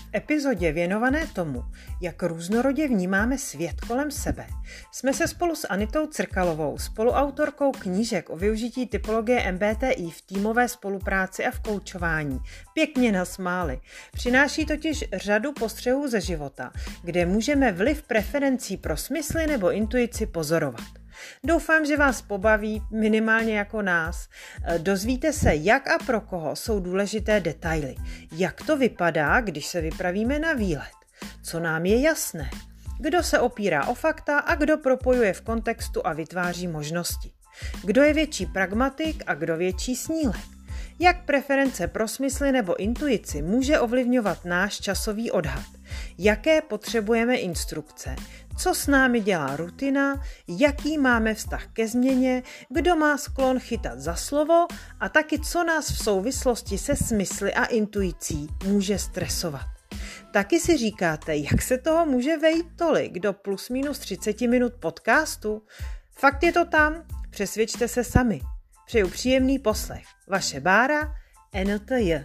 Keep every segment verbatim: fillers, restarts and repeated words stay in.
epizodě věnované tomu, jak různorodě vnímáme svět kolem sebe, jsme se spolu s Anitou Crkalovou, spoluautorkou knížek o využití typologie M B T I v týmové spolupráci a v koučování, pěkně nasmáli. Přináší totiž řadu postřehů ze života, kde můžeme vliv preferencí pro smysly nebo intuici pozorovat. Doufám, že vás pobaví minimálně jako nás. Dozvíte se, jak a pro koho jsou důležité detaily. Jak to vypadá, když se vypravíme na výlet. Co nám je jasné. Kdo se opírá o fakta a kdo propojuje v kontextu a vytváří možnosti. Kdo je větší pragmatik a kdo větší snílek. Jak preference pro smysly nebo intuici může ovlivňovat náš časový odhad. Jaké potřebujeme instrukce. Co s námi dělá rutina, jaký máme vztah ke změně, kdo má sklon chytat za slovo a taky co nás v souvislosti se smysly a intuicí může stresovat. Taky si říkáte, jak se toho může vejít tolik do plus minus třicet minut podcastu? Fakt je to tam, přesvědčte se sami. Přeju příjemný poslech. Vaše Bára, N T J.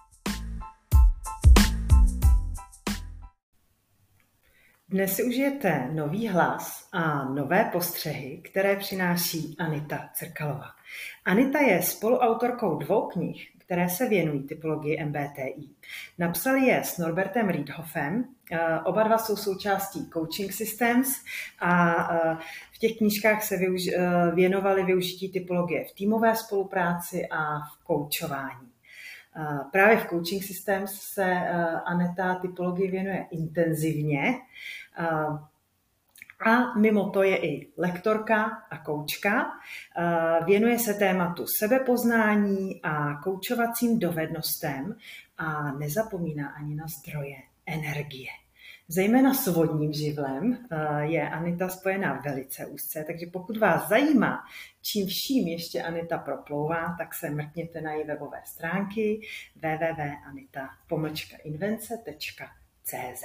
Dnes si užijete nový hlas a nové postřehy, které přináší Anita Crkalová. Anita je spoluautorkou dvou knih, které se věnují typologii M B T I. Napsali je s Norbertem Riedhoffem, oba dva jsou součástí Coaching Systems a v těch knížkách se využ- věnovali využití typologie v týmové spolupráci a v koučování. Právě v Coaching Systems se Aneta typologii věnuje intenzivně a mimo to je i lektorka a koučka. Věnuje se tématu sebepoznání a koučovacím dovednostem a nezapomíná ani na zdroje energie. Zejména s vodním živlem je Anita spojená velice úzce, takže pokud vás zajímá, čím vším ještě Anita proplouvá, tak se mrkněte na její webové stránky w w w tečka anita pomlčka invence tečka c z.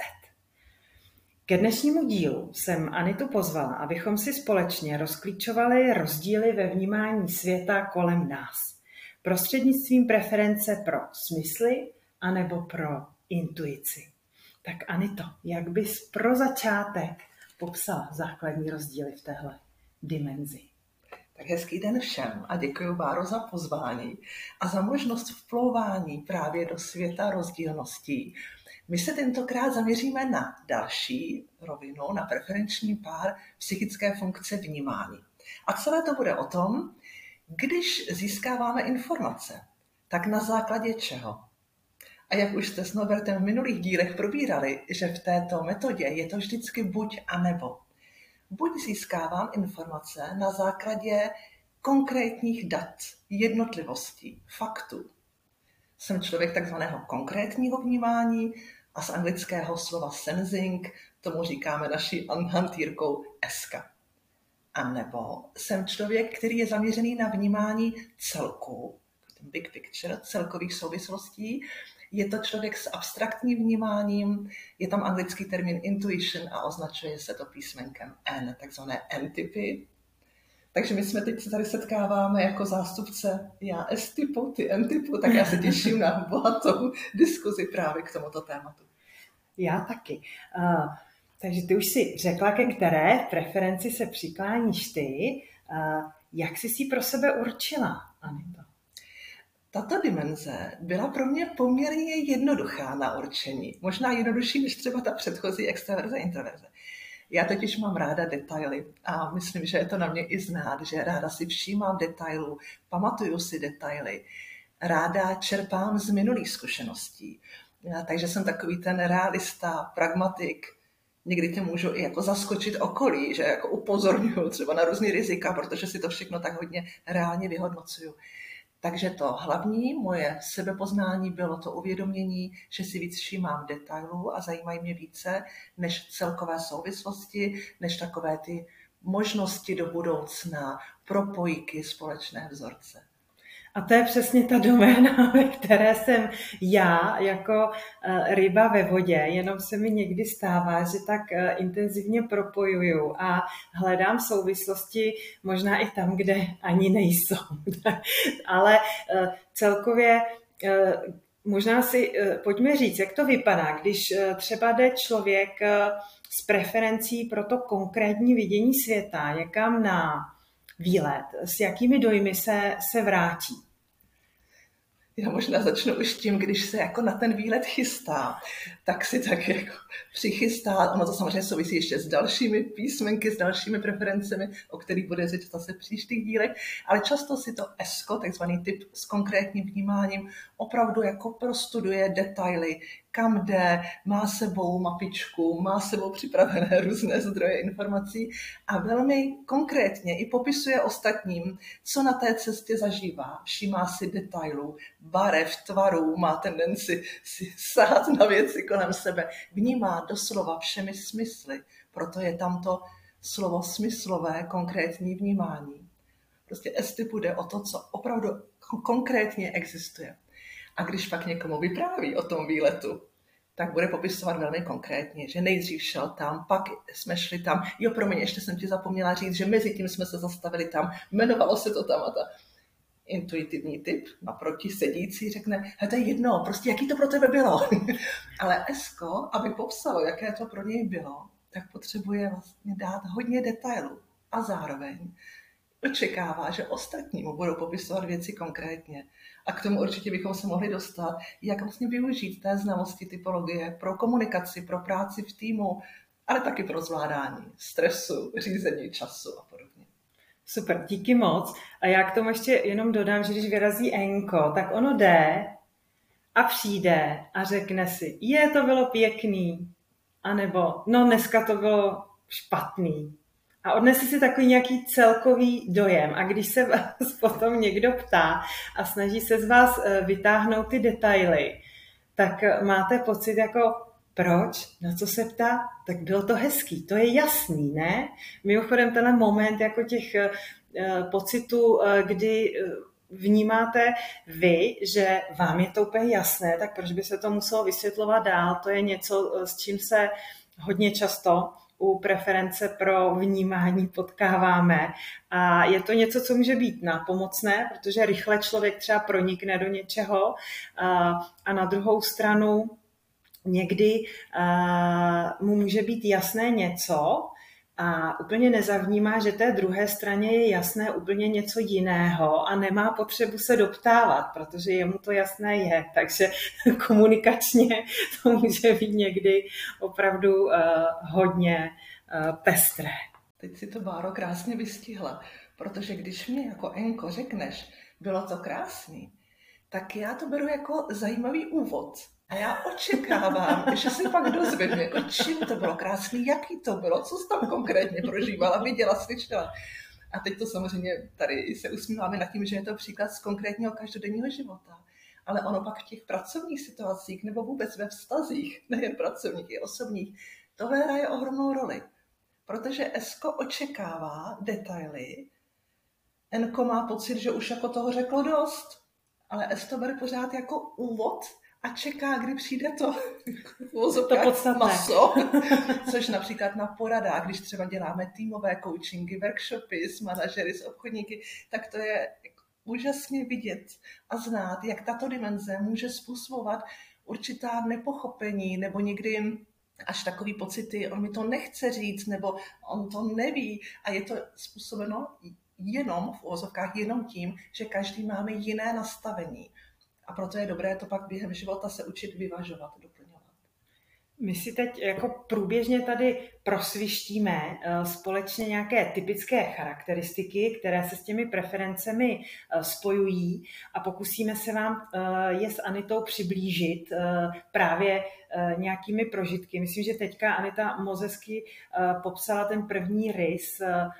Ke dnešnímu dílu jsem Anitu pozvala, abychom si společně rozklíčovali rozdíly ve vnímání světa kolem nás. Prostřednictvím preference pro smysly anebo pro intuici. Tak Anito, jak bys pro začátek popsala základní rozdíly v téhle dimenzi? Tak hezký den všem a děkuji, Báro, za pozvání a za možnost vplouvání právě do světa rozdílností. My se tentokrát zaměříme na další rovinu, na preferenční pár psychické funkce vnímání. A celé to bude o tom, když získáváme informace, tak na základě čeho? A jak už jste s Norbertem v minulých dílech probírali, že v této metodě je to vždycky buď a nebo. Buď získávám informace na základě konkrétních dat, jednotlivostí, faktů. Jsem člověk takzvaného konkrétního vnímání a z anglického slova sensing tomu říkáme naší hantýrkou eska. A nebo jsem člověk, který je zaměřený na vnímání celku, ten big picture, celkových souvislostí. Je to člověk s abstraktním vnímáním, je tam anglický termín intuition a označuje se to písmenkem N, takzvané N-typy. Takže my jsme teď se tady setkáváme jako zástupce já S-typu, ty N-typu, tak já se těším na bohatou diskuzi právě k tomuto tématu. Já taky. Uh, takže ty už si řekla, ke které preferenci se přikláníš ty. Uh, jak jsi si pro sebe určila, Anito? Tato dimenze byla pro mě poměrně jednoduchá na určení. Možná jednodušší než třeba ta předchozí extraverze, introverze. Já totiž mám ráda detaily a myslím, že je to na mě i znát, že ráda si všímám detailů, pamatuju si detaily, ráda čerpám z minulých zkušeností. Takže jsem takový ten realista, pragmatik. Někdy tě můžu i jako zaskočit okolí, že jako upozorňuju třeba na různý rizika, protože si to všechno tak hodně reálně vyhodnocuju. Takže to hlavní moje sebepoznání bylo to uvědomění, že si víc všímám detailů a zajímají mě více než celkové souvislosti, než takové ty možnosti do budoucna, propojky, společné vzorce. A to je přesně ta doména, ve které jsem já jako ryba ve vodě, jenom se mi někdy stává, že tak intenzivně propojuju a hledám souvislosti možná i tam, kde ani nejsou. Ale celkově možná si pojďme říct, jak to vypadá, když třeba jde člověk s preferencí pro to konkrétní vidění světa někam na výlet, s jakými dojmy se, se vrátí. Já možná začnu už tím, když se jako na ten výlet chystá, tak si tak jako přichystá, ono to samozřejmě souvisí ještě s dalšími písmenky, s dalšími preferencemi, o kterých bude řeč zase v příštích dílech, ale často si to ESCO, takzvaný typ s konkrétním vnímáním, opravdu jako prostuduje detaily, kam jde, má sebou mapičku, má sebou připravené různé zdroje informací a velmi konkrétně i popisuje ostatním, co na té cestě zažívá. Všímá si detailů, barev, tvarů, má tendenci si sát na věci kolem sebe. Vnímá doslova všemi smysly, proto je tam to slovo smyslové, konkrétní vnímání. Prostě S-typu jde o to, co opravdu konkrétně existuje. A když pak někomu vypráví o tom výletu, tak bude popisovat velmi konkrétně, že nejdřív šel tam, pak jsme šli tam. Jo, promiň, ještě jsem ti zapomněla říct, že mezi tím jsme se zastavili tam, jmenovalo se to tam a ta. Intuitivní typ, naproti sedící, řekne, he, to je jedno, prostě jaký to pro tebe bylo. Ale Esko, aby popsalo, jaké to pro něj bylo, tak potřebuje vlastně dát hodně detailů a zároveň očekává, že ostatní mu budou popisovat věci konkrétně. A k tomu určitě bychom se mohli dostat, jak vlastně využít té znalosti typologie pro komunikaci, pro práci v týmu, ale taky pro zvládání stresu, řízení času a podobně. Super, díky moc. A já k tomu ještě jenom dodám, že když vyrazí Enko, tak ono jde a přijde a řekne si, je, to bylo pěkný, anebo no dneska to bylo špatný. A odnese si takový nějaký celkový dojem. A když se vás potom někdo ptá a snaží se z vás vytáhnout ty detaily, tak máte pocit jako, proč? Na co se ptá? Tak bylo to hezký, to je jasný, ne? Mimochodem tenhle moment jako těch pocitů, kdy vnímáte vy, že vám je to úplně jasné, tak proč by se to muselo vysvětlovat dál? To je něco, s čím se hodně často u preference pro vnímání potkáváme. A je to něco, co může být nápomocné, protože rychle člověk třeba pronikne do něčeho a na druhou stranu někdy mu může být jasné něco a úplně nezavnímá, že té druhé straně je jasné úplně něco jiného a nemá potřebu se doptávat, protože jemu to jasné je. Takže komunikačně to může být někdy opravdu uh, hodně uh, pestré. Teď si to, Báro, krásně vystihla, protože když mi jako Enko řekneš, bylo to krásný, tak já to beru jako zajímavý úvod. A já očekávám, že se pak dozvím, jako čím to bylo krásný, jaký to bylo, co jsi tam konkrétně prožívala, viděla, slyšela. A teď to samozřejmě tady se usmíváme nad tím, že je to příklad z konkrétního každodenního života. Ale ono pak v těch pracovních situacích nebo vůbec ve vztazích, nejen pracovních, i osobních, tohle hraje ohromnou roli. Protože Esko očekává detaily, Enko má pocit, že už jako toho řeklo dost, ale Es to bere pořád jako úvod a čeká, kdy přijde to, to podstatné maso, což například na poradách, když třeba děláme týmové coachingy, workshopy s manažery, s obchodníky, tak to je úžasně vidět a znát, jak tato dimenze může způsobovat určitá nepochopení nebo někdy až takový pocity, on mi to nechce říct, nebo on to neví a je to způsobeno jenom v uvozovkách jenom tím, že každý máme jiné nastavení. A proto je dobré to pak během života se učit vyvažovat, doplňovat. My si teď jako průběžně tady prosvištíme společně nějaké typické charakteristiky, které se s těmi preferencemi spojují a pokusíme se vám je s Anitou přiblížit právě nějakými prožitky. Myslím, že teďka Anita moc hezky popsala ten první rys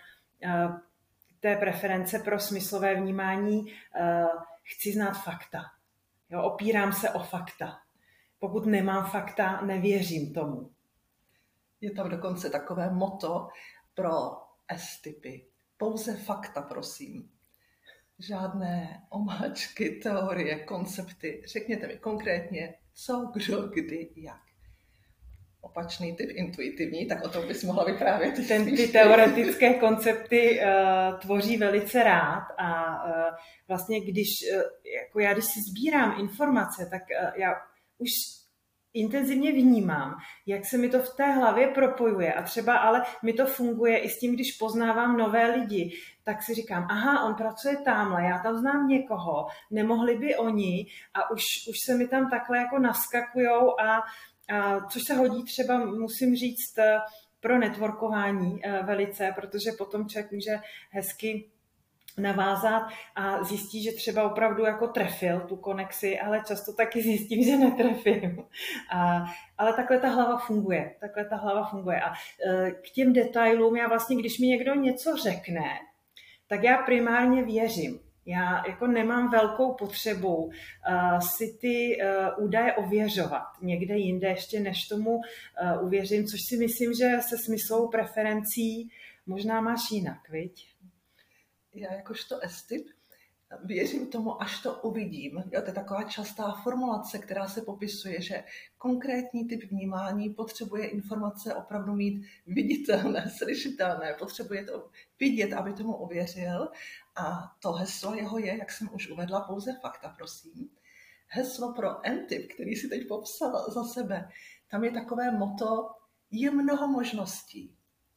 té preference pro smyslové vnímání. Chci znát fakta. Jo, opírám se o fakta. Pokud nemám fakta, nevěřím tomu. Je tam dokonce takové motto pro S-typy. Pouze fakta, prosím. Žádné omáčky, teorie, koncepty. Řekněte mi konkrétně, co, kdo, kdy, jak. opačný typ, intuitivní, tak o tom bys mohla vyprávět. Ten, ty teoretické koncepty uh, tvoří velice rád a uh, vlastně když, uh, jako já když si sbírám informace, tak uh, já už intenzivně vnímám, jak se mi to v té hlavě propojuje a třeba ale mi to funguje i s tím, když poznávám nové lidi, tak si říkám, aha, on pracuje tamhle, já tam znám někoho, nemohli by oni a už, už se mi tam takhle jako naskakujou a, a což se hodí třeba, musím říct, pro networkování velice, protože potom člověk může hezky navázat a zjistí, že třeba opravdu jako trefil tu konexi, ale často taky zjistím, že netrefím. A, ale takhle ta hlava funguje. Takhle ta hlava funguje. A e, k těm detailům, já vlastně, když mi někdo něco řekne, tak já primárně věřím. Já jako nemám velkou potřebu uh, si ty uh, údaje ověřovat někde jinde, ještě než tomu uh, uvěřím, což si myslím, že se smyslou preferencí možná máš jinak, viď? Já jakožto S-typ věřím tomu, až to uvidím. Jo, to je taková častá formulace, která se popisuje, že konkrétní typ vnímání potřebuje informace opravdu mít viditelné, slyšitelné, potřebuje to vidět, aby tomu ověřil. A to heslo jeho je, jak jsem už uvedla, pouze fakta, prosím. Heslo pro N-typ, který si teď popsal za sebe, tam je takové motto, je mnoho možností.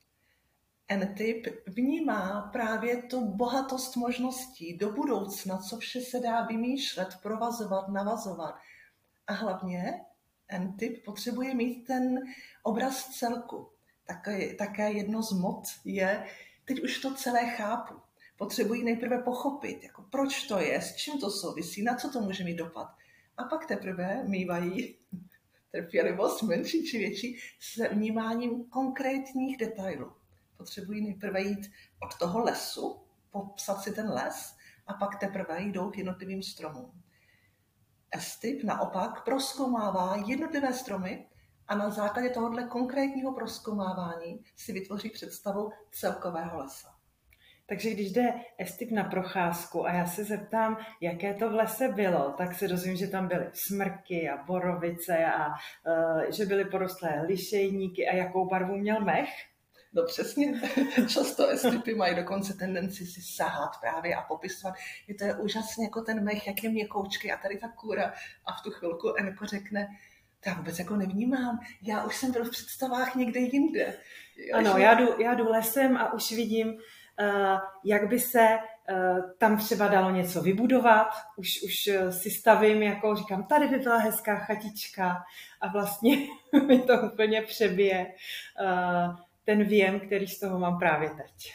N-typ vnímá právě tu bohatost možností do budoucna, co vše se dá vymýšlet, provazovat, navazovat. A hlavně N-typ potřebuje mít ten obraz celku. Také, také jedno z mot je, teď už to celé chápu. Potřebují nejprve pochopit, jako proč to je, s čím to souvisí, na co to může mít dopad. A pak teprve mývají trpělivost menší či větší s vnímáním konkrétních detailů. Potřebují nejprve jít od toho lesu, popsat si ten les a pak teprve jdou k jednotlivým stromům. S-typ naopak prozkoumává jednotlivé stromy a na základě tohohle konkrétního prozkoumávání si vytvoří představu celkového lesa. Takže když jde S-typ na procházku a já se zeptám, jaké to v lese bylo, tak se dozvím, že tam byly smrky a borovice a uh, že byly porostlé lišejníky a jakou barvu měl mech. No přesně, často S-typy mají dokonce tendenci si sahat právě a popisovat. Je to je úžasně jako ten mech, jak je měkoučky a tady ta kůra a v tu chvilku Enko řekne, to já vůbec jako nevnímám, já už jsem byl v představách někde jinde. Já ano, já jdu, já jdu lesem a už vidím, uh, jak by se uh, tam třeba dalo něco vybudovat, už, už si stavím, jako říkám, tady by byla hezká chatička a vlastně mi to úplně přebije uh, ten věm, který z toho mám právě teď.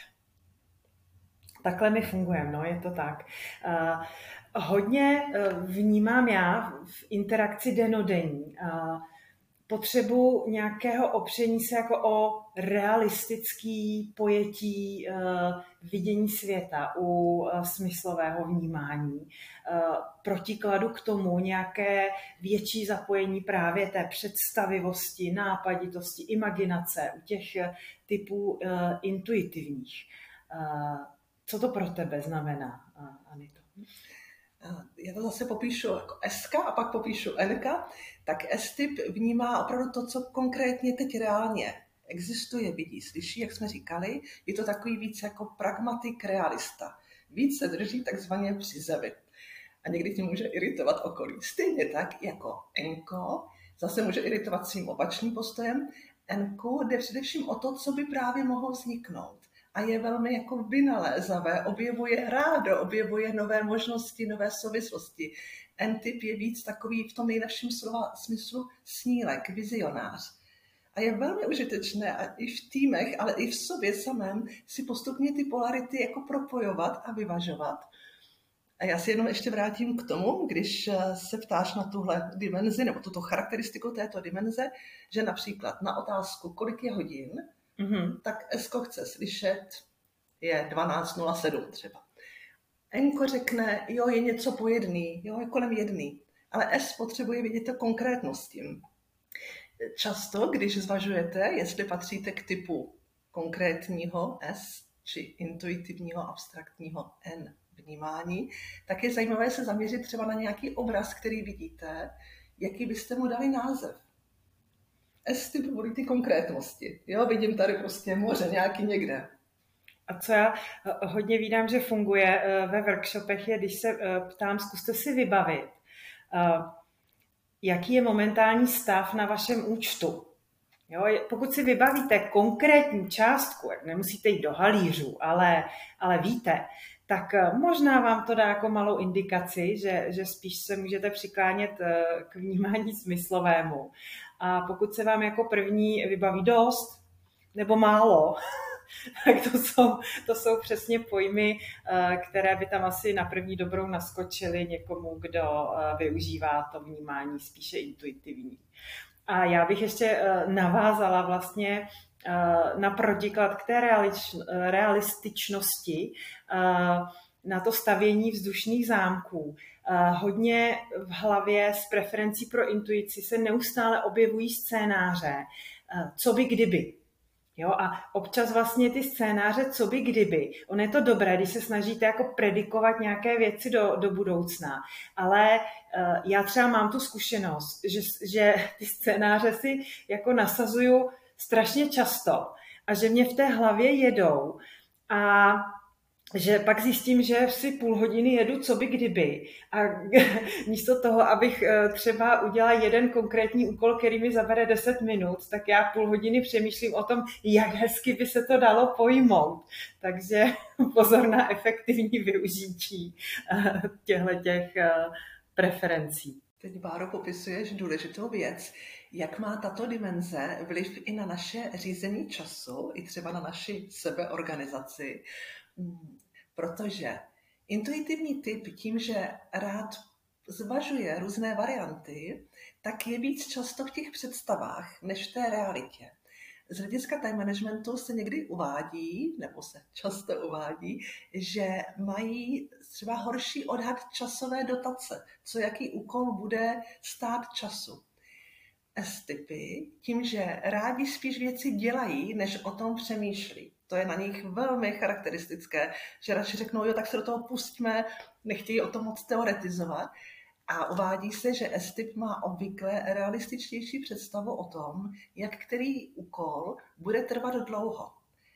Takhle mi funguje, no, je to tak. Uh, hodně uh, vnímám já v interakci denodenní uh, potřebu nějakého opření se jako o realistický pojetí uh, vidění světa u uh, smyslového vnímání. Uh, protikladu k tomu nějaké větší zapojení právě té představivosti, nápaditosti, imaginace u těch uh, typů uh, intuitivních. Uh, co to pro tebe znamená, uh, Anito? Já to zase popíšu jako S a pak popíšu N, tak S-typ vnímá opravdu to, co konkrétně teď reálně existuje, vidí, slyší, jak jsme říkali. Je to takový víc jako pragmatik, realista. Víc se drží takzvaně při zemi. A někdy tím může iritovat okolí. Stejně tak jako N-ko zase může iritovat svým opačným postojem. N-ku jde především o to, co by právě mohlo vzniknout. A je velmi jako vynalézavé, objevuje rádo, objevuje nové možnosti, nové souvislosti. N-typ je víc takový v tom nejlepším slova smyslu snílek, vizionář. A je velmi užitečné a i v týmech, ale i v sobě samém si postupně ty polarity jako propojovat a vyvažovat. A já si jenom ještě vrátím k tomu, když se ptáš na tuhle dimenzi, nebo tuto charakteristiku této dimenze, že například na otázku, kolik je hodin, Mm-hmm. tak S-ko chce slyšet, je dvanáct nula sedm třeba. N-ko řekne, jo, je něco po jedný, jo, je kolem jedný. Ale S potřebuje vidět to konkrétnostím. Často, když zvažujete, jestli patříte k typu konkrétního S, či intuitivního, abstraktního N vnímání, tak je zajímavé se zaměřit třeba na nějaký obraz, který vidíte, jaký byste mu dali název. S-typ volí ty konkrétnosti. Jo, vidím tady prostě moře nějaký někde. A co já hodně vídám, že funguje ve workshopech, je, když se ptám, zkuste si vybavit, jaký je momentální stav na vašem účtu. Jo, pokud si vybavíte konkrétní částku, nemusíte jít do halířů, ale, ale víte, tak možná vám to dá jako malou indikaci, že, že spíš se můžete přiklánět k vnímání smyslovému. A pokud se vám jako první vybaví dost nebo málo, tak to jsou, to jsou přesně pojmy, které by tam asi na první dobrou naskočily někomu, kdo využívá to vnímání spíše intuitivní. A já bych ještě navázala vlastně na protiklad k té realističnosti, na to stavění vzdušných zámků. Hodně v hlavě s preferencí pro intuici se neustále objevují scénáře, co by kdyby. Jo, a občas vlastně ty scénáře, co by kdyby. On je to dobré, když se snažíte jako predikovat nějaké věci do, do budoucna, ale uh, já třeba mám tu zkušenost, že, že ty scénáře si jako nasazuju strašně často a že mě v té hlavě jedou a že pak zjistím, že si půl hodiny jedu, co by kdyby. A místo toho, abych třeba udělala jeden konkrétní úkol, který mi zabere deset minut, tak já půl hodiny přemýšlím o tom, jak hezky by se to dalo pojmout. Takže pozor na efektivní využití těchto preferencí. Teď, Báro, popisuješ důležitou věc. Jak má tato dimenze vliv i na naše řízení času, i třeba na naši sebeorganizaci? Protože intuitivní typ tím, že rád zvažuje různé varianty, tak je víc často v těch představách, než v té realitě. Z hlediska time managementu se někdy uvádí, nebo se často uvádí, že mají třeba horší odhad časové dotace, co jaký úkol bude stát času. S-typy tím, že rádi spíš věci dělají, než o tom přemýšlí. To je na nich velmi charakteristické, že radši řeknou, jo, tak se do toho pustíme, nechtějí o tom moc teoretizovat. A uvádí se, že S-typ má obvykle realističtější představu o tom, jak který úkol bude trvat dlouho.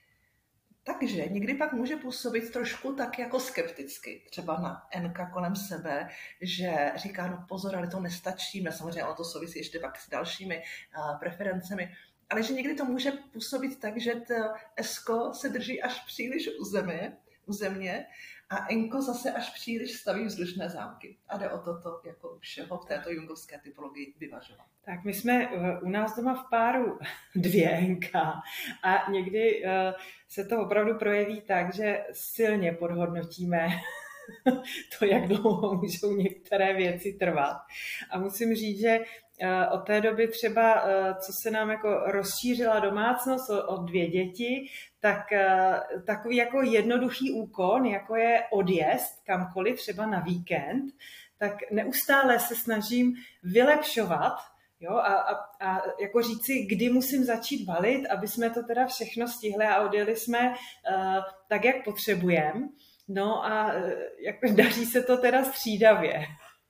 Takže někdy pak může působit trošku tak jako skepticky, třeba na N-ka kolem sebe, že říká, no pozor, ale to nestačí, a samozřejmě ono to souvisí ještě pak s dalšími uh, preferencemi, ale že někdy to může působit tak, že to S-ko se drží až příliš u země, u země a N-ko zase až příliš staví vzdušné zámky. A jde o toto jako všeho v této jungovské typologii vyvažovat. Tak my jsme u nás doma v páru dvě N-ka a někdy se to opravdu projeví tak, že silně podhodnotíme to, jak dlouho můžou některé věci trvat. A musím říct, že od té doby třeba, co se nám jako rozšířila domácnost o dvě děti, tak takový jako jednoduchý úkon, jako je odjezd kamkoliv, třeba na víkend, tak neustále se snažím vylepšovat, jo, a, a, a jako říci, kdy musím začít balit, aby jsme to teda všechno stihli a odjeli jsme uh, tak, jak potřebujeme. No a uh, jako daří se to teda střídavě.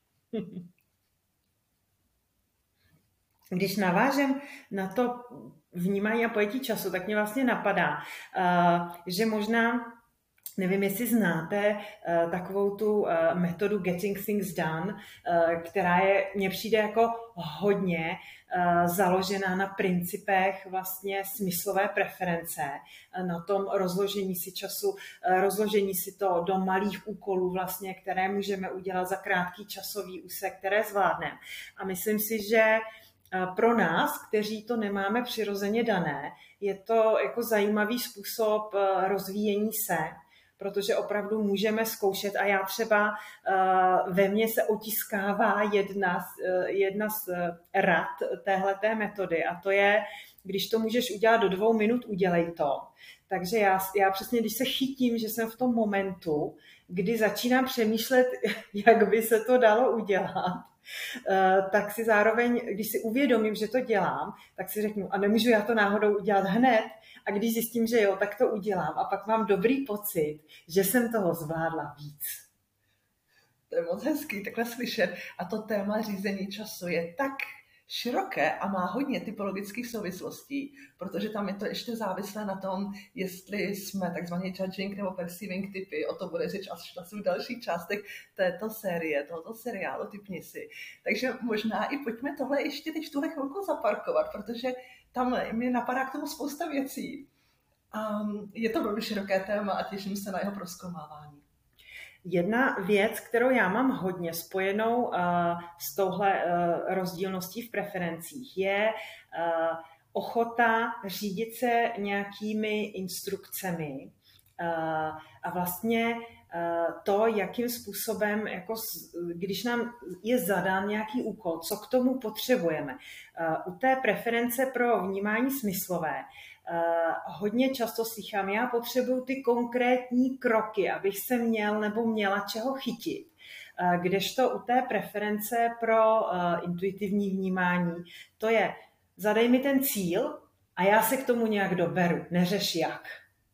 Když navážem na to vnímání a pojetí času, tak mě vlastně napadá, uh, že možná, nevím, jestli znáte uh, takovou tu uh, metodu Getting Things Done, uh, která je, mně přijde jako hodně uh, založená na principech vlastně smyslové preference, uh, na tom rozložení si času, uh, rozložení si to do malých úkolů vlastně, které můžeme udělat za krátký časový úsek, které zvládneme. A myslím si, že pro nás, kteří to nemáme přirozeně dané, je to jako zajímavý způsob rozvíjení se, protože opravdu můžeme zkoušet a já třeba ve mně se otiskává jedna, jedna z rad téhleté metody a to je, když to můžeš udělat do dvou minut, udělej to. Takže já, já přesně, když se chytím, že jsem v tom momentu, kdy začínám přemýšlet, jak by se to dalo udělat, tak si zároveň, když si uvědomím, že to dělám, tak si řeknu, a nemůžu já to náhodou udělat hned, a když zjistím, že jo, tak to udělám a pak mám dobrý pocit, že jsem toho zvládla víc. To je moc hezký takhle slyšet a to téma řízení času je tak široké a má hodně typologických souvislostí, protože tam je to ještě závislé na tom, jestli jsme takzvaně judging nebo perceiving typy. O to bude řeč až v dalších částech této série, tohoto seriálu Tipni si. Takže možná i pojďme tohle ještě teď v tuhle chvilku zaparkovat, protože tam mi napadá k tomu spousta věcí. A je to velmi široké téma a těším se na jeho prozkoumávání. Jedna věc, kterou já mám hodně spojenou uh, s touhle uh, rozdílností v preferencích, je uh, ochota řídit se nějakými instrukcemi uh, a vlastně uh, to, jakým způsobem, jako, když nám je zadán nějaký úkol, co k tomu potřebujeme. Uh, u té preference pro vnímání smyslové Uh, hodně často slychám, já potřebuju ty konkrétní kroky, abych se měl nebo měla čeho chytit. Uh, kdežto u té preference pro uh, intuitivní vnímání, to je, zadej mi ten cíl a já se k tomu nějak doberu, neřeš jak.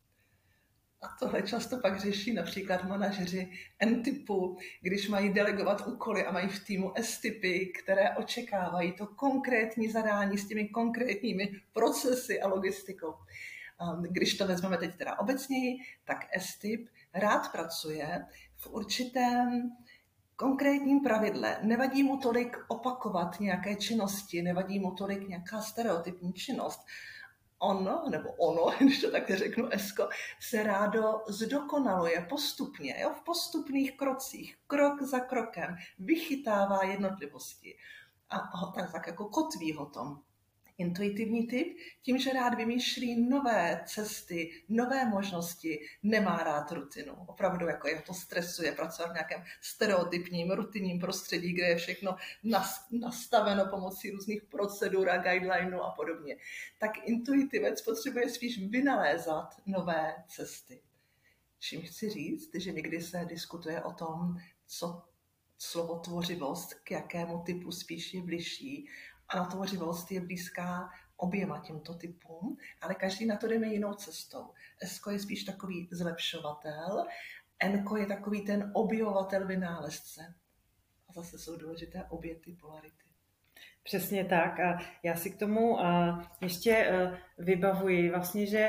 A tohle často pak řeší například manažeři N-typu, když mají delegovat úkoly a mají v týmu S-typy, které očekávají to konkrétní zadání s těmi konkrétními procesy a logistikou. Když to vezmeme teď teda obecněji, tak S-typ rád pracuje v určitém konkrétním pravidle. Nevadí mu tolik opakovat nějaké činnosti, nevadí mu tolik nějaká stereotypní činnost. Ono, nebo ono, když to tak řeknu, esko, se rádo zdokonaluje postupně, jo, v postupných krocích, krok za krokem, vychytává jednotlivosti a ho tak, tak jako kotví ho tom. Intuitivní typ, tím, že rád vymýšlí nové cesty, nové možnosti, nemá rád rutinu. Opravdu jako jeho to stresuje pracovat v nějakém stereotypním, rutinním prostředí, kde je všechno nastaveno pomocí různých procedur a guidelineů a podobně. Tak intuitivec potřebuje spíš vynalézat nové cesty. Čím chci říct, že někdy se diskutuje o tom, co slovo tvořivost k jakému typu spíš je bližší. A na tvořivost je blízká oběma těmto typům, ale každý na to jdeme jinou cestou. S-ko je spíš takový zlepšovatel, N-ko je takový ten objevovatel, vynálezce. A zase jsou důležité obě ty polarity. Přesně tak. A já si k tomu ještě vybavuji vlastně, že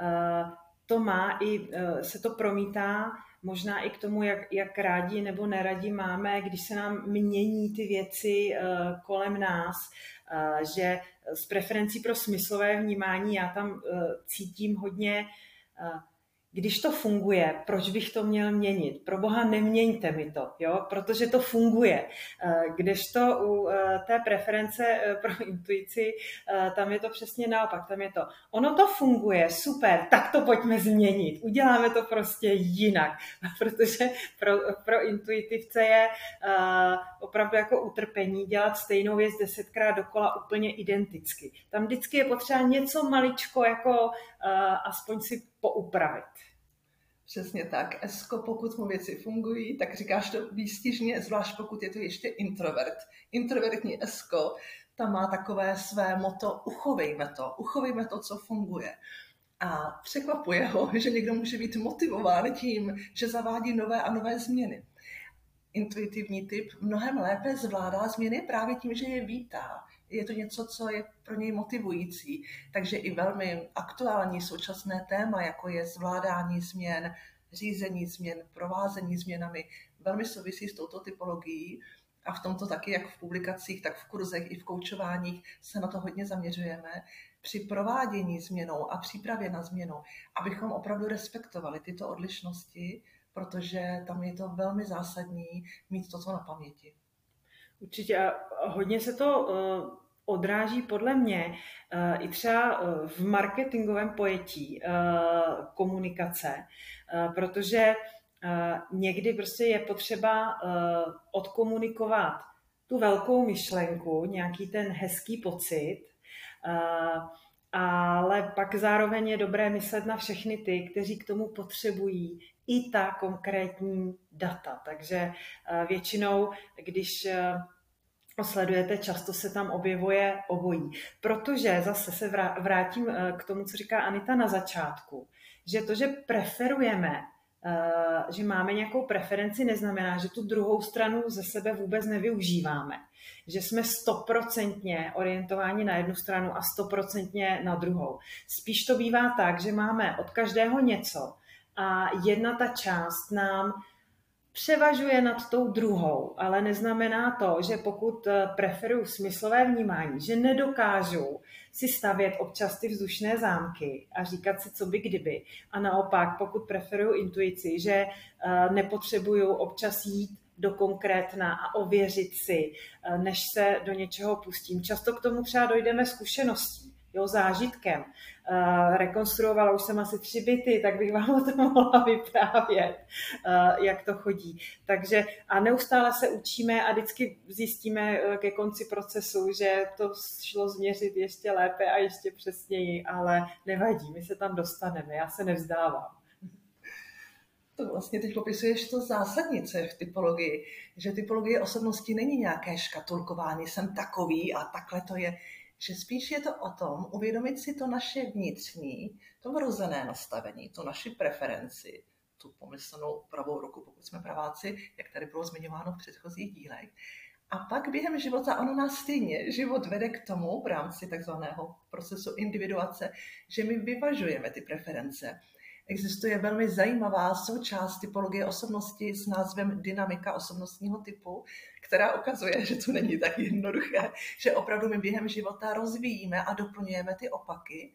to má i, se to promítá možná i k tomu, jak, jak rádi nebo neradi máme, když se nám mění ty věci uh, kolem nás, uh, že z preferencí pro smyslové vnímání já tam uh, cítím hodně, uh, když to funguje, proč bych to měl měnit? Pro boha neměňte mi to, jo? Protože to funguje. Kdežto u té preference pro intuici, tam je to přesně naopak. Tam je to, ono to funguje, super, tak to pojďme změnit. Uděláme to prostě jinak. Protože pro, pro intuitivce je opravdu jako utrpení dělat stejnou věc desetkrát dokola úplně identicky. Tam vždycky je potřeba něco maličko, jako aspoň si poupravit. Přesně tak. S-ko, pokud mu věci fungují, tak říkáš to výstižně, zvlášť pokud je to ještě introvert. Introvertní S-ko, tam má takové své motto, uchovejme to, uchovejme to, co funguje. A překvapuje ho, že někdo může být motivován tím, že zavádí nové a nové změny. Intuitivní typ mnohem lépe zvládá změny právě tím, že je vítá. Je to něco, co je pro něj motivující. Takže i velmi aktuální současné téma, jako je zvládání změn, řízení změn, provázení změnami, velmi souvisí s touto typologií. A v tomto taky, jak v publikacích, tak v kurzech i v koučováních se na to hodně zaměřujeme. Při provádění změnou a přípravě na změnu, abychom opravdu respektovali tyto odlišnosti, protože tam je to velmi zásadní mít toto na paměti. Určitě a hodně se to odráží podle mě i třeba v marketingovém pojetí komunikace, protože někdy prostě je potřeba odkomunikovat tu velkou myšlenku, nějaký ten hezký pocit, ale pak zároveň je dobré myslet na všechny ty, kteří k tomu potřebují i ta konkrétní data. Takže většinou, když sledujete, často se tam objevuje obojí. Protože zase se vrátím k tomu, co říká Anita na začátku, že to, že preferujeme že máme nějakou preferenci, neznamená, že tu druhou stranu ze sebe vůbec nevyužíváme. Že jsme stoprocentně orientováni na jednu stranu a stoprocentně na druhou. Spíš to bývá tak, že máme od každého něco a jedna ta část nám převažuje nad tou druhou, ale neznamená to, že pokud preferuju smyslové vnímání, že nedokážu si stavět občas ty vzdušné zámky a říkat si, co by kdyby. A naopak, pokud preferuju intuici, že nepotřebuju občas jít do konkrétna a ověřit si, než se do něčeho pustím. Často k tomu třeba dojdeme zkušeností, jo, zážitkem. Uh, rekonstruovala už jsem asi tři byty, tak bych vám o tom mohla vyprávět, uh, jak to chodí. Takže a neustále se učíme a vždycky zjistíme uh, ke konci procesu, že to šlo změřit ještě lépe a ještě přesněji, ale nevadí, my se tam dostaneme, já se nevzdávám. To vlastně teď popisuješ to zásadní, co je v typologii, že typologie osobnosti není nějaké škatulkování, jsem takový a takhle to je, že spíš je to o tom uvědomit si to naše vnitřní, to vrozené nastavení, tu naši preferenci, tu pomyslnou pravou ruku, pokud jsme praváci, jak tady bylo zmiňováno v předchozích dílech. A pak během života ono nás stejně, život vede k tomu v rámci takzvaného procesu individuace, že my vyvažujeme ty preference. Existuje velmi zajímavá součást typologie osobnosti s názvem dynamika osobnostního typu, která ukazuje, že to není tak jednoduché, že opravdu my během života rozvíjíme a doplňujeme ty opaky.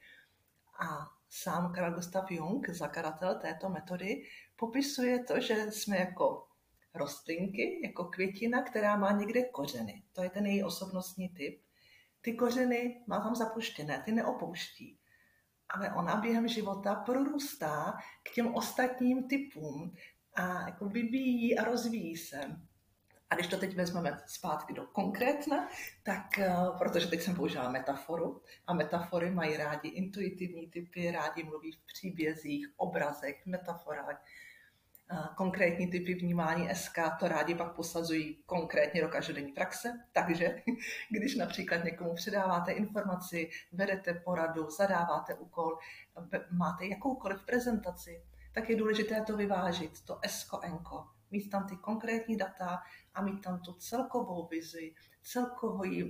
A sám Carl Gustav Jung, zakladatel této metody, popisuje to, že jsme jako rostlinky, jako květina, která má někde kořeny. To je ten její osobnostní typ. Ty kořeny má tam zapuštěné, ty neopouští. Ale ona během života prorůstá k těm ostatním typům a jako vyvíjí a rozvíjí se. A když to teď vezmeme zpátky do konkrétna, tak protože teď jsem použila metaforu a metafory mají rádi intuitivní typy, rádi mluví v příbězích, obrazech, metaforách. Konkrétní typy vnímání S K to rádi pak posazují konkrétně do každodenní praxe. Takže když například někomu předáváte informaci, vedete poradu, zadáváte úkol, máte jakoukoliv prezentaci, tak je důležité to vyvážit, to S K, N K, mít tam ty konkrétní data a mít tam tu celkovou vizi, celkový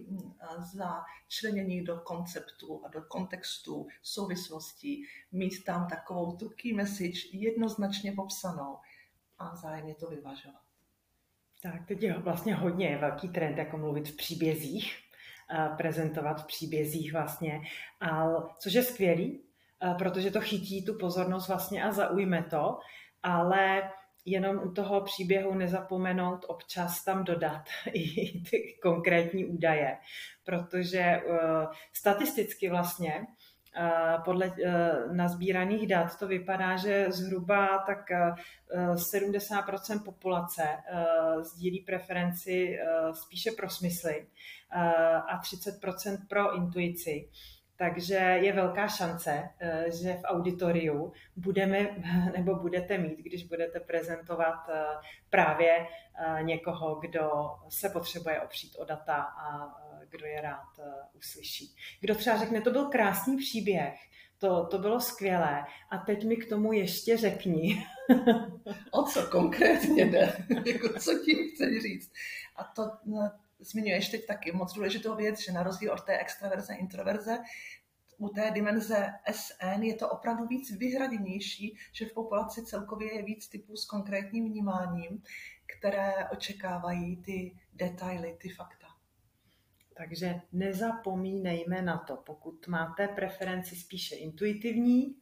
začlenění do konceptu a do kontextu, souvislostí, mít tam takovou tu key message jednoznačně popsanou a vzájemně to vyvažovat. Tak teď je vlastně hodně velký trend, jako mluvit v příbězích, prezentovat v příbězích vlastně, ale, což je skvělý, protože to chytí tu pozornost vlastně a zaujme to, ale jenom u toho příběhu nezapomenout občas tam dodat i ty konkrétní údaje, protože uh, statisticky vlastně uh, podle uh, nazbíraných dat to vypadá, že zhruba tak uh, sedmdesát procent populace uh, sdílí preferenci uh, spíše pro smysly uh, a třicet procent pro intuici. Takže je velká šance, že v auditoriu budeme nebo budete mít, když budete prezentovat právě někoho, kdo se potřebuje opřít o data a kdo je rád uslyší. Kdo třeba řekne, to byl krásný příběh, to, to bylo skvělé a teď mi k tomu ještě řekni. O co konkrétně jde? Jako, co tím chceš říct? A to zmiňuješ teď taky moc důležitou věc, že na rozdíl od té extraverze, introverze, u té dimenze S N je to opravdu víc vyhraněnější, že v populaci celkově je víc typů s konkrétním vnímáním, které očekávají ty detaily, ty fakta. Takže nezapomínejme na to, pokud máte preferenci spíše intuitivní,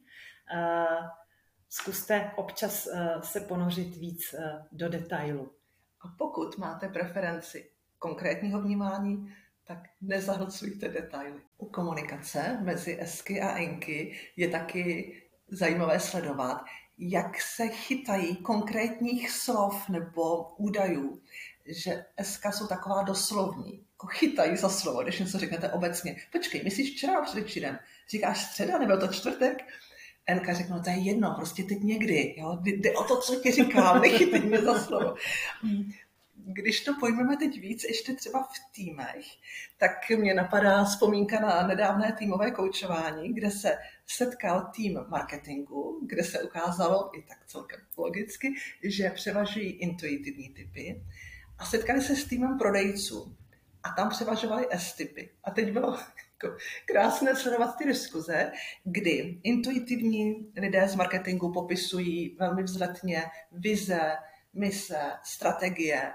zkuste občas se ponořit víc do detailu. A pokud máte preferenci konkrétního vnímání, tak nezahlcujte detaily. U komunikace mezi esky a enky je taky zajímavé sledovat, jak se chytají konkrétních slov nebo údajů, že eska jsou taková doslovní, jako chytají za slovo, když něco řeknete obecně. Počkej, myslíš včera předevčírem? Říkáš středa, nebyl to čtvrtek? Enka řekne, no to je jedno, prostě teď někdy, jo? Jde o to, co ti říkám, nechytej mě za slovo. když to pojmeme teď víc, ještě třeba v týmech, tak mě napadá vzpomínka na nedávné týmové koučování, kde se setkal tým marketingu, kde se ukázalo, i tak celkem logicky, že převažují intuitivní typy a setkali se s týmem prodejců a tam převažovaly S-typy. A teď bylo jako krásné sledovat ty diskuze, kdy intuitivní lidé z marketingu popisují velmi vzletně vize, mise, strategie,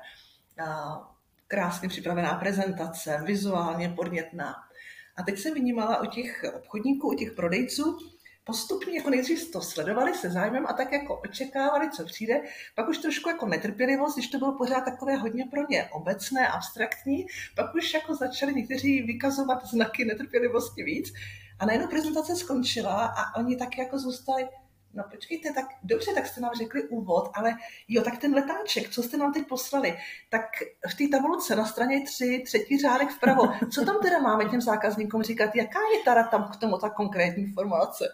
krásně připravená prezentace, vizuálně podnětná. A teď jsem vnímala u těch obchodníků, u těch prodejců, postupně jako nejdřív to sledovali se zájmem a tak jako očekávali, co přijde, pak už trošku jako netrpělivost, když to bylo pořád takové hodně pro ně obecné, abstraktní, pak už jako začali někteří vykazovat znaky netrpělivosti víc a najednou prezentace skončila a oni tak jako zůstali, no počkejte, tak dobře, tak jste nám řekli úvod, ale jo, tak ten letáček, co jste nám teď poslali, tak v té tabulce na straně tři, třetí řádek vpravo, co tam teda máme těm zákazníkům říkat, jaká je teda tam k tomu ta konkrétní formulace?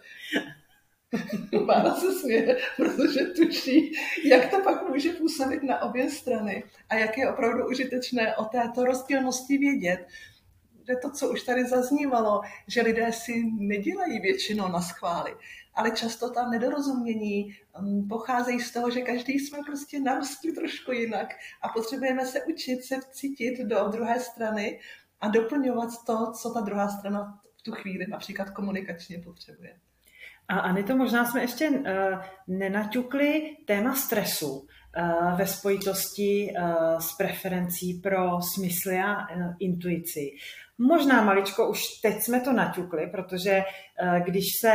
Pána se směje, protože tuší, jak to pak může působit na obě strany a jak je opravdu užitečné o této rozdílnosti vědět, že to, co už tady zaznívalo, že lidé si nedělají většinou na schvály, ale často ta nedorozumění pocházejí z toho, že každý jsme prostě narostli trošku jinak a potřebujeme se učit se vcítit do druhé strany a doplňovat to, co ta druhá strana v tu chvíli například komunikačně potřebuje. A Anito, možná jsme ještě uh, nenaťukli téma stresu uh, ve spojitosti uh, s preferencí pro smysly a uh, intuici. Možná maličko už teď jsme to naťukli, protože uh, když se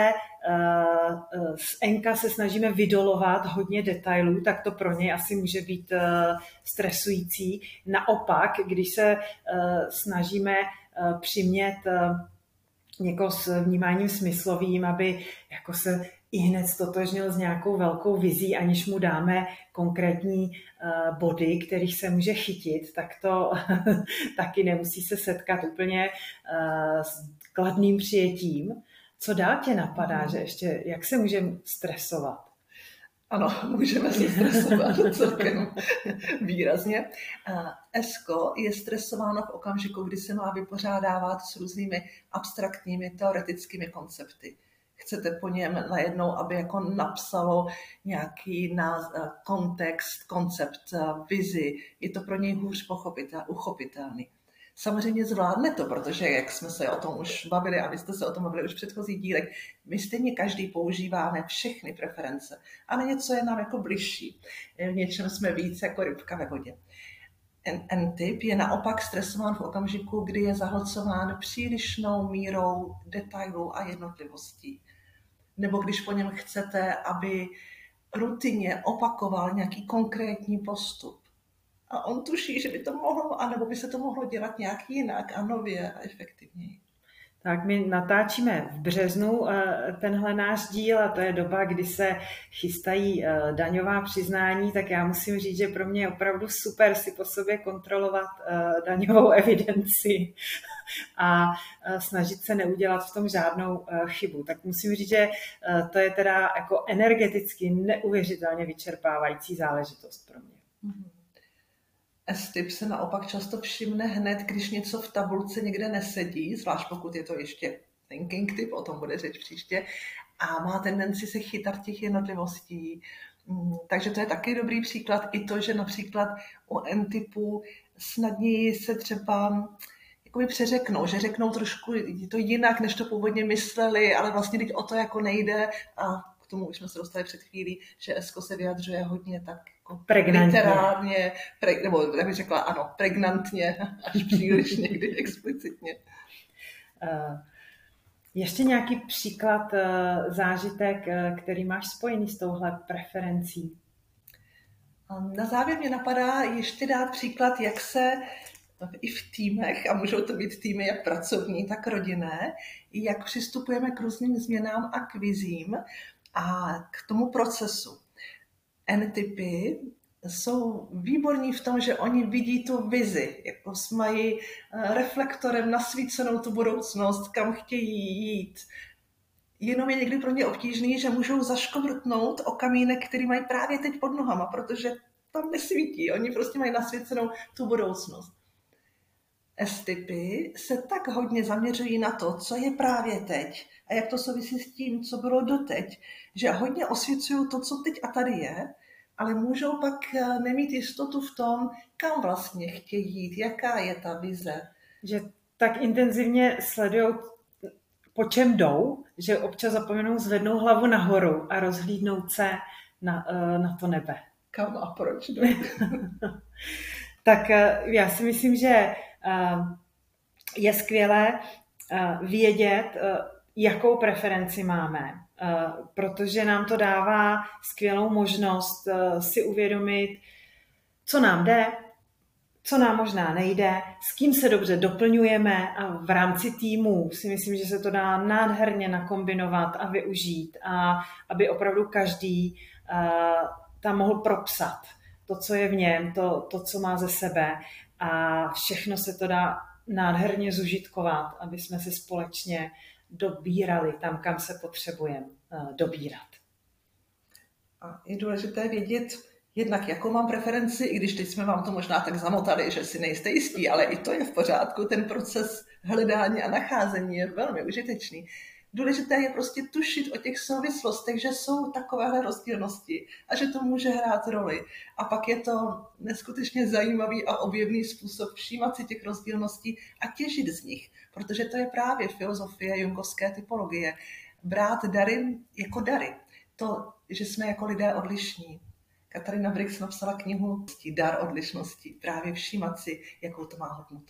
uh, z Enka se snažíme vydolovat hodně detailů, tak to pro něj asi může být uh, stresující. Naopak, když se uh, snažíme uh, přimět uh, někoho s vnímáním smyslovým, aby jako se i hned stotožnil s nějakou velkou vizí, aniž mu dáme konkrétní uh, body, kterých se může chytit, tak to taky nemusí se setkat úplně uh, s kladným přijetím. Co dál tě napadá, že ještě, jak se můžeme stresovat? Ano, můžeme se stresovat celkem výrazně. Esko je stresováno v okamžiku, kdy se má vypořádávat s různými abstraktními teoretickými koncepty. Chcete po něm najednou, aby jako napsalo nějaký kontext, koncept, vizi. Je to pro něj hůř pochopitel, uchopitelný. Samozřejmě zvládne to, protože jak jsme se o tom už bavili a vy jste se o tom bavili už v předchozích dílech, my stejně každý používáme všechny preference, ale něco je nám jako bližší. V něčem jsme víc jako rybka ve vodě. N-typ je naopak stresován v okamžiku, kdy je zahlcován přílišnou mírou detailů a jednotlivostí. Nebo když po něm chcete, aby rutině opakoval nějaký konkrétní postup. A on tuší, že by to mohlo, anebo by se to mohlo dělat nějak jinak a nově a efektivněji. Tak my natáčíme v březnu tenhle náš díl a to je doba, kdy se chystají daňová přiznání, tak já musím říct, že pro mě je opravdu super si po sobě kontrolovat daňovou evidenci a snažit se neudělat v tom žádnou chybu. Tak musím říct, že to je teda jako energeticky neuvěřitelně vyčerpávající záležitost pro mě. Mm-hmm. S-typ se naopak často všimne hned, když něco v tabulce někde nesedí, zvlášť pokud je to ještě thinking typ, o tom bude řeč příště, a má tendenci se chytat těch jednotlivostí. Takže to je taky dobrý příklad. I to, že například u N-typu snadněji se třeba jakoby přeřeknou, že řeknou trošku to jinak, než to původně mysleli, ale vlastně teď o to jako nejde a k tomu už jsme se dostali před chvílí, že Esko se vyjadřuje hodně tak jako literárně, pre, nebo jak bych řekla, ano, pregnantně, až příliš někdy explicitně. Uh, ještě nějaký příklad, uh, zážitek, uh, který máš spojený s touhle preferencí? Na závěr mě napadá ještě dát příklad, jak se i v týmech, a můžou to být týmy jak pracovní, tak rodinné, jak přistupujeme k různým změnám a k vizím a k tomu procesu. N-typy jsou výborní v tom, že oni vidí tu vizi, jako mají reflektorem nasvícenou tu budoucnost, kam chtějí jít. Jenom je někdy pro ně obtížný, že můžou zaškovrtnout o kamínek, který mají právě teď pod nohama, protože tam nesvítí. Oni prostě mají nasvěcenou tu budoucnost. S-typy se tak hodně zaměřují na to, co je právě teď a jak to souvisí s tím, co bylo doteď, že hodně osvěcují to, co teď a tady je, ale můžou pak nemít jistotu v tom, kam vlastně chtějí jít, jaká je ta vize. Že tak intenzivně sledují, po čem jdou, že občas zapomenou zvednout hlavu nahoru a rozhlídnout se na, na to nebe. Kam a proč jdou? Tak já si myslím, že je skvělé vědět, jakou preferenci máme, protože nám to dává skvělou možnost si uvědomit, co nám jde, co nám možná nejde, s kým se dobře doplňujeme a v rámci týmu si myslím, že se to dá nádherně nakombinovat a využít, a aby opravdu každý tam mohl propsat to, co je v něm, to, to, co má ze sebe, a všechno se to dá nádherně zužitkovat, aby jsme se společně dobírali tam, kam se potřebujeme dobírat. A je důležité vědět jednak, jakou mám preferenci, i když teď jsme vám to možná tak zamotali, že si nejste jistí, ale i to je v pořádku. Ten proces hledání a nacházení je velmi užitečný. Důležité je prostě tušit o těch souvislostech, že jsou takovéhle rozdílnosti a že to může hrát roli. A pak je to neskutečně zajímavý a objevný způsob všímat si těch rozdílností a těžit z nich, protože to je právě filozofie jungovské typologie. Brát dary jako dary. To, že jsme jako lidé odlišní. Katarina Brix napsala knihu Dar odlišností. Právě všímat si, jakou to má hodnotu.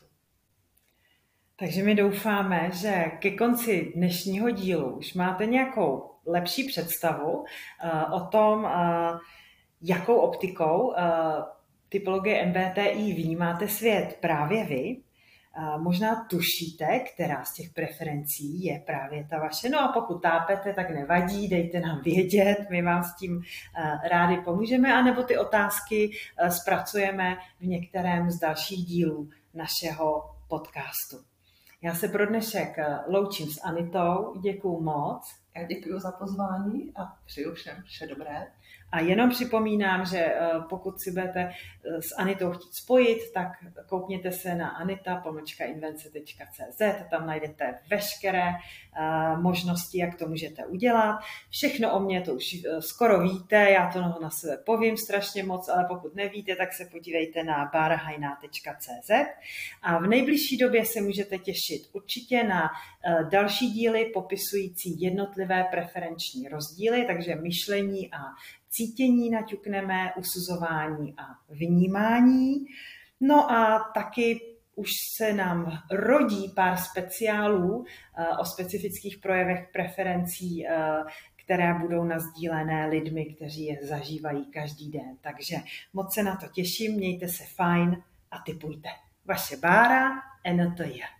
Takže my doufáme, že ke konci dnešního dílu už máte nějakou lepší představu uh, o tom, uh, jakou optikou uh, typologie M B T I vnímáte svět právě vy. Uh, možná tušíte, která z těch preferencí je právě ta vaše. No a pokud tápete, tak nevadí, dejte nám vědět, my vám s tím uh, rádi pomůžeme, anebo ty otázky uh, zpracujeme v některém z dalších dílů našeho podcastu. Já se pro dnešek loučím s Anitou, děkuju moc. Já děkuji za pozvání a přeju všem vše dobré. A jenom připomínám, že pokud si budete s Anitou chtít spojit, tak koukněte se na anita pomlčka invence tečka cé zet, tam najdete veškeré možnosti, jak to můžete udělat. Všechno o mě to už skoro víte, já to na sebe povím strašně moc, ale pokud nevíte, tak se podívejte na barbahajná tečka cé zet a v nejbližší době se můžete těšit určitě na další díly popisující jednotlivé preferenční rozdíly, takže myšlení a cítění naťukneme, usuzování a vnímání. No a taky už se nám rodí pár speciálů o specifických projevech preferencí, které budou nasdílené lidmi, kteří je zažívají každý den. Takže moc se na to těším, mějte se fajn a tipujte. Vaše Bára, N T J.